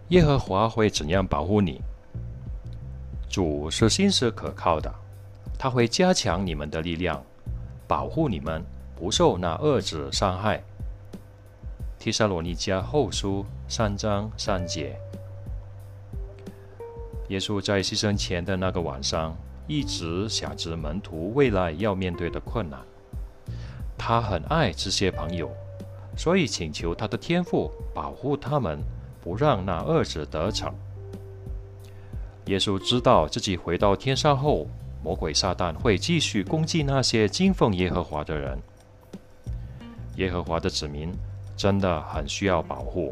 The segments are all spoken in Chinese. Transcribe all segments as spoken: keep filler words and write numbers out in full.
耶和华会怎样保护你？主是信实可靠的，他会加强你们的力量，保护你们不受那恶者伤害。提撒罗尼迦后书三章三节。耶稣在牺牲前的那个晚上，一直想着门徒未来要面对的困难。他很爱这些朋友，所以请求他的天父保护他们，不让那恶者得逞。耶稣知道自己回到天上后，魔鬼撒旦会继续攻击那些敬奉耶和华的人。耶和华的子民真的很需要保护。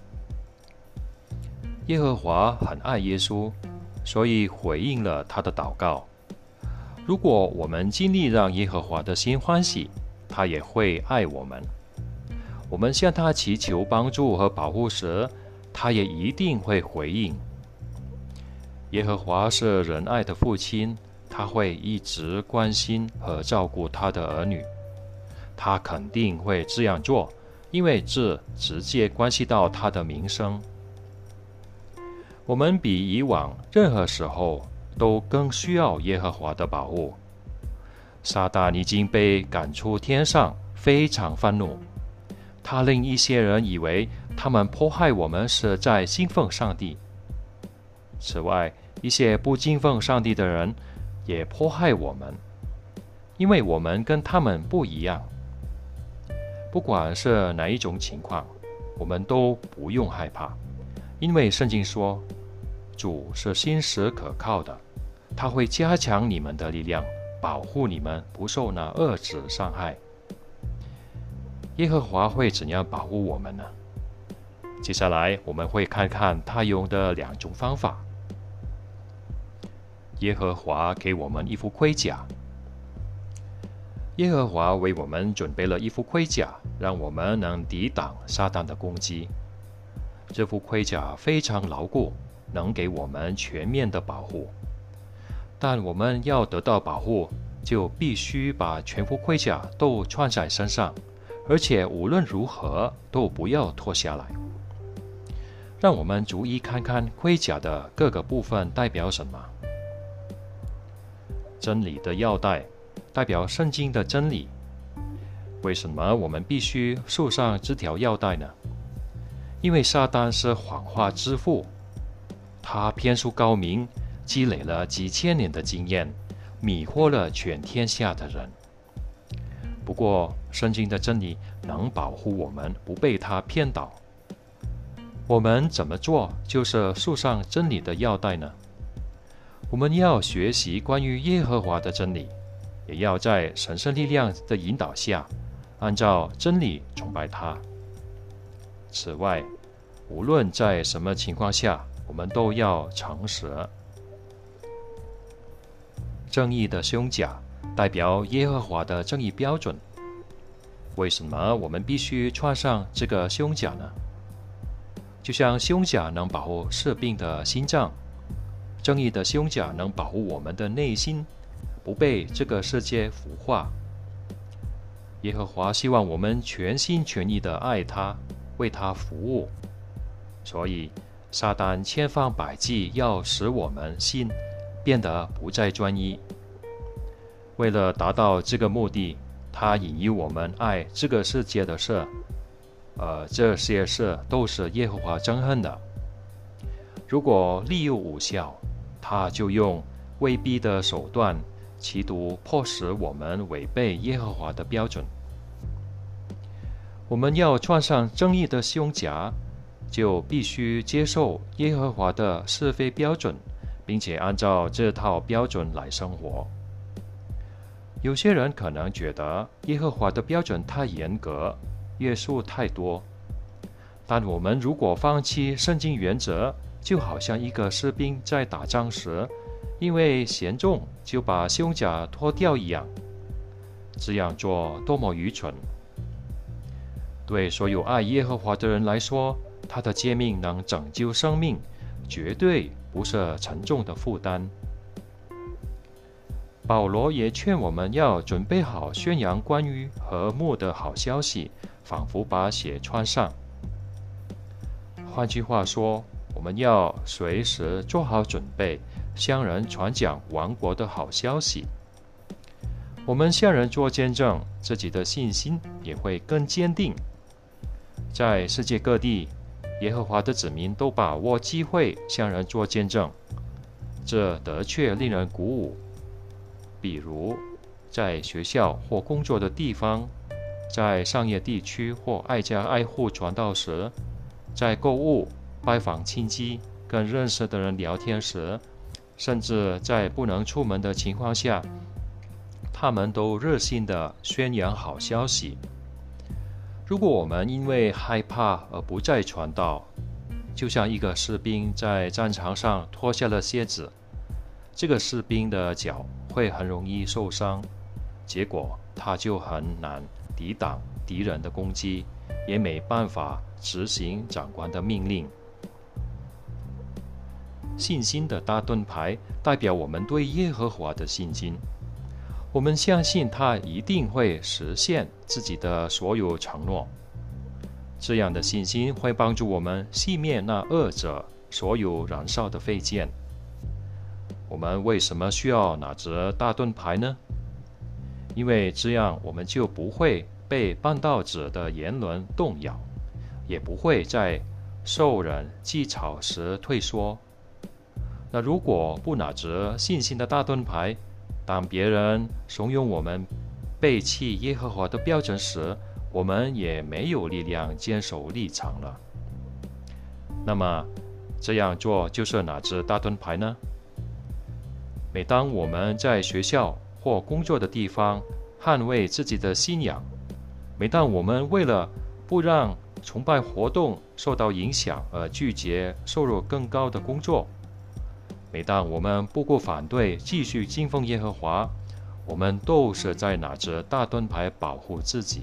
耶和华很爱耶稣，所以回应了他的祷告。如果我们尽力让耶和华的心欢喜，他也会爱我们。我们向他祈求帮助和保护时，他也一定会回应。耶和华是仁爱的父亲，他会一直关心和照顾他的儿女。他肯定会这样做，因为这直接关系到他的名声。我们比以往任何时候都更需要耶和华的保护。撒旦已经被赶出天上，非常愤怒。他令一些人以为他们迫害我们是在敬奉上帝。此外，一些不敬奉上帝的人也迫害我们，因为我们跟他们不一样。不管是哪一种情况，我们都不用害怕，因为圣经说，主是信实可靠的，他会加强你们的力量，保护你们不受那恶者伤害。耶和华会怎样保护我们呢？接下来我们会看看他用的两种方法。耶和华给我们一副盔甲。耶和华为我们准备了一副盔甲，让我们能抵挡撒旦的攻击。这副盔甲非常牢固，能给我们全面的保护。但我们要得到保护，就必须把全副盔甲都穿在身上，而且无论如何都不要脱下来。让我们逐一看看盔甲的各个部分代表什么。真理的腰带代表圣经的真理。为什么我们必须束上这条腰带呢？因为撒旦是谎话之父，他骗术高明，积累了几千年的经验，迷惑了全天下的人。不过，圣经的真理能保护我们不被他骗倒。我们怎么做就是束上真理的腰带呢？我们要学习关于耶和华的真理，也要在神圣力量的引导下，按照真理崇拜他。此外，无论在什么情况下，我们都要诚实。正义的胸甲代表耶和华的正义标准。为什么我们必须穿上这个胸甲呢？就像胸甲能保护士兵的心脏，正义的胸甲能保护我们的内心，不被这个世界腐化。耶和华希望我们全心全意地爱他，为他服务。所以，撒旦千方百计要使我们心变得不再专一。为了达到这个目的，他引诱我们爱这个世界的事，而这些事都是耶和华憎恨的。如果利诱无效，他就用威逼的手段，企图迫使我们违背耶和华的标准。我们要穿上正义的胸甲，就必须接受耶和华的是非标准，并且按照这套标准来生活。有些人可能觉得耶和华的标准太严格，约束太多。但我们如果放弃圣经原则，就好像一个士兵在打仗时，因为嫌重就把胸甲脱掉一样。这样做多么愚蠢！对所有爱耶和华的人来说，他的诫命能拯救生命，绝对不是沉重的负担。保罗也劝我们要准备好宣扬关于和睦的好消息，仿佛把血穿上。换句话说， 我们要随时做好准备，向人传讲王国的好消息。我们向人做见证，自己的信心也会更坚定。在世界各地，耶和华的子民都把握机会向人做见证，这的确令人鼓舞。比如，在学校或工作的地方，在商业地区或挨家挨户传道时，在购物、拜访亲戚、跟认识的人聊天时，甚至在不能出门的情况下，他们都热心地宣扬好消息。如果我们因为害怕而不再传道，就像一个士兵在战场上脱下了鞋子，这个士兵的脚会很容易受伤，结果他就很难抵挡敌人的攻击，也没办法执行长官的命令。信心的大盾牌代表我们对耶和华的信心，我们相信他一定会实现自己的所有承诺。这样的信心会帮助我们熄灭那恶者所有燃烧的飞箭。我们为什么需要拿着大盾牌呢？因为这样我们就不会被绊道者的言论动摇，也不会在受人讥嘲时退缩。那如果不拿着信心的大盾牌，当别人怂恿我们背弃耶和华的标准时，我们也没有力量坚守立场了。那么这样做就是拿着大盾牌呢？每当我们在学校或工作的地方捍卫自己的信仰，每当我们为了不让崇拜活动受到影响而拒绝收入更高的工作，每当我们不顾反对继续敬奉耶和华，我们都是在拿着大盾牌保护自己。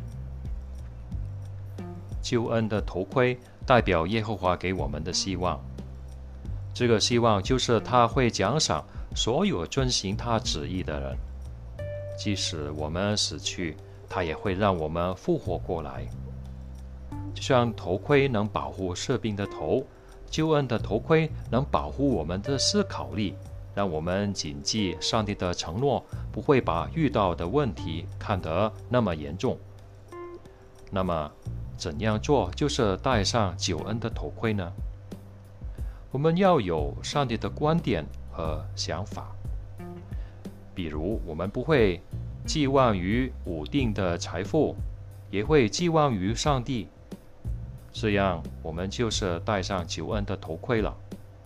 救恩的头盔代表耶和华给我们的希望，这个希望就是他会奖赏所有遵行他旨意的人，即使我们死去，他也会让我们复活过来。就像头盔能保护士兵的头，救恩的头盔能保护我们的思考力，让我们谨记上帝的承诺，不会把遇到的问题看得那么严重。那么怎样做就是戴上救恩的头盔呢？我们要有上帝的观点和想法，比如我们不会寄望于稳定的财富，也会寄望于上帝，这样我们就是戴上救恩的头盔了。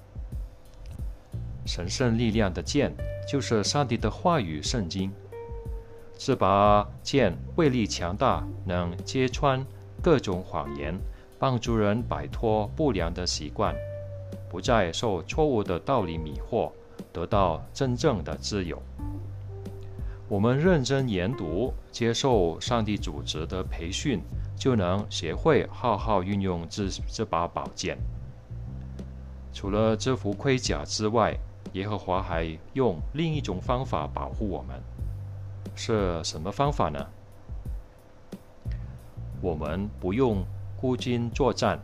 神圣力量的剑就是上帝的话语圣经，这把剑威力强大，能揭穿各种谎言，帮助人摆脱不良的习惯，不再受错误的道理迷惑，得到真正的自由。我们认真研读，接受上帝组织的培训，就能学会好好运用 这, 这把宝剑。除了这副盔甲之外，耶和华还用另一种方法保护我们。是什么方法呢？我们不用孤军作战。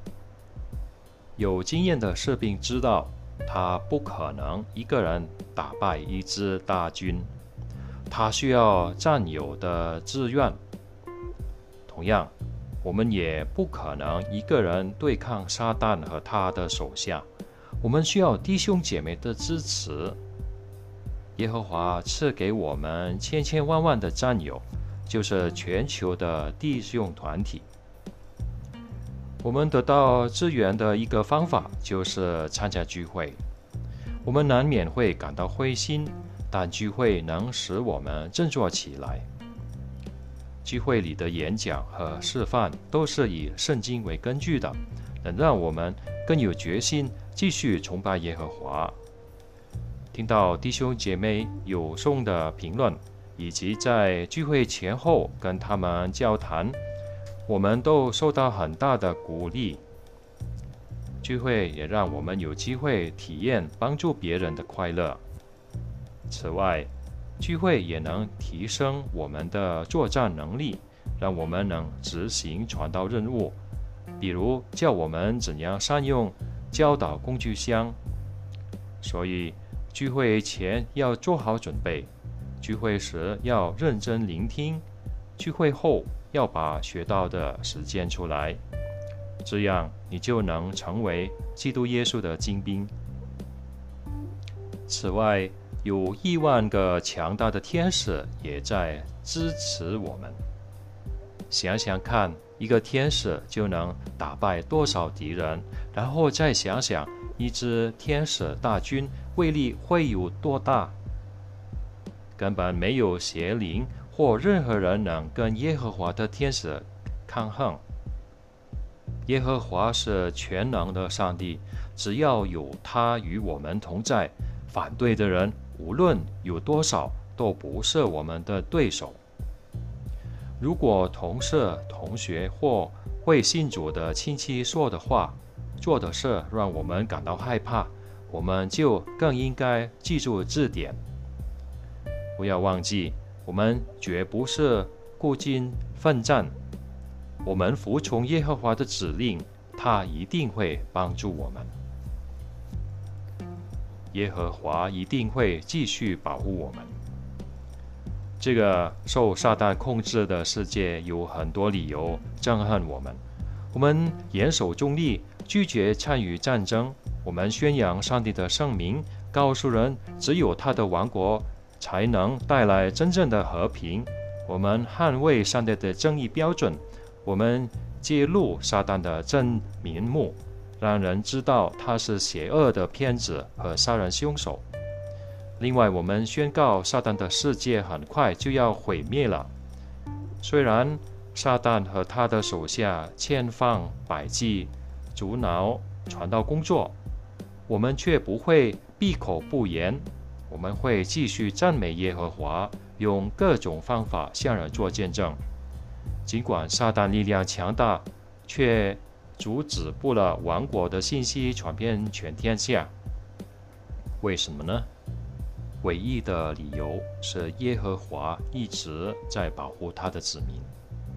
有经验的士兵知道，他不可能一个人打败一支大军，他需要战友的志愿。同样，我们也不可能一个人对抗撒旦和他的手下，我们需要弟兄姐妹的支持。耶和华赐给我们千千万万的战友，就是全球的弟兄团体。我们得到资源的一个方法就是参加聚会。我们难免会感到灰心，但聚会能使我们振作起来。聚会里的演讲和示范都是以圣经为根据的，能让我们更有决心继续崇拜耶和华。听到弟兄姐妹有送的评论，以及在聚会前后跟他们交谈，我们都受到很大的鼓励。聚会也让我们有机会体验帮助别人的快乐。此外，聚会也能提升我们的作战能力，让我们能执行传道任务，比如教我们怎样善用教导工具箱。所以聚会前要做好准备，聚会时要认真聆听，聚会后要把学到的实践出来，这样你就能成为基督耶稣的精兵。此外，有亿万个强大的天使也在支持我们。想想看，一个天使就能打败多少敌人，然后再想想一支天使大军威力会有多大。根本没有邪灵或任何人能跟耶和华的天使抗衡。耶和华是全能的上帝，只要有他与我们同在，反对的人无论有多少都不是我们的对手。如果同事、同学或未信主的亲戚说的话、做的事让我们感到害怕，我们就更应该记住这点。不要忘记，我们绝不是孤军奋战，我们服从耶和华的指令，他一定会帮助我们。耶和华一定会继续保护我们。这个受撒旦控制的世界有很多理由憎恨我们。我们严守中立，拒绝参与战争。我们宣扬上帝的圣名，告诉人只有他的王国才能带来真正的和平。我们捍卫上帝的正义标准。我们揭露撒旦的真面目，让人知道他是邪恶的骗子和杀人凶手。另外，我们宣告撒旦的世界很快就要毁灭了。虽然撒旦和他的手下千方百计阻挠传道工作，我们却不会闭口不言。我们会继续赞美耶和华，用各种方法向人做见证。尽管撒旦力量强大，却阻止不了王国的信息传遍全天下。为什么呢？唯一的理由是耶和华一直在保护他的子民。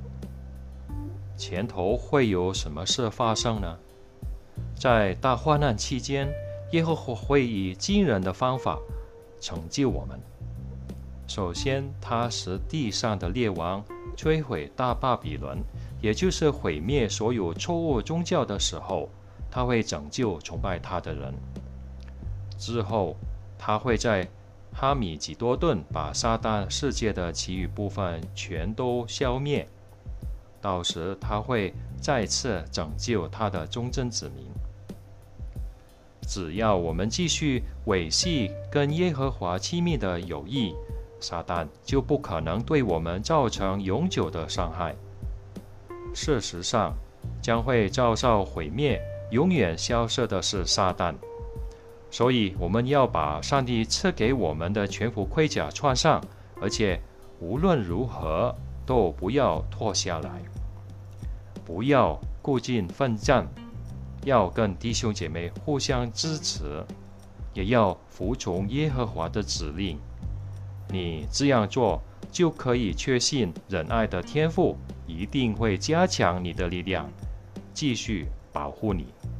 前头会有什么事发生呢？在大患难期间，耶和华会以惊人的方法拯救我们。首先，他使地上的列王摧毁大巴比伦，也就是毁灭所有错误宗教的时候，他会拯救崇拜他的人。之后，他会在哈米吉多顿把撒旦世界的其余部分全都消灭。到时他会再次拯救他的忠贞子民。只要我们继续维系跟耶和华亲密的友谊，撒旦就不可能对我们造成永久的伤害。事实上，将会遭受毁灭，永远消失的是撒旦。所以我们要把上帝赐给我们的全副盔甲穿上，而且无论如何都不要脱下来。不要孤军奋战，要跟弟兄姐妹互相支持，也要服从耶和华的指令。你这样做，就可以确信仁爱的天父一定会加强你的力量，继续保护你。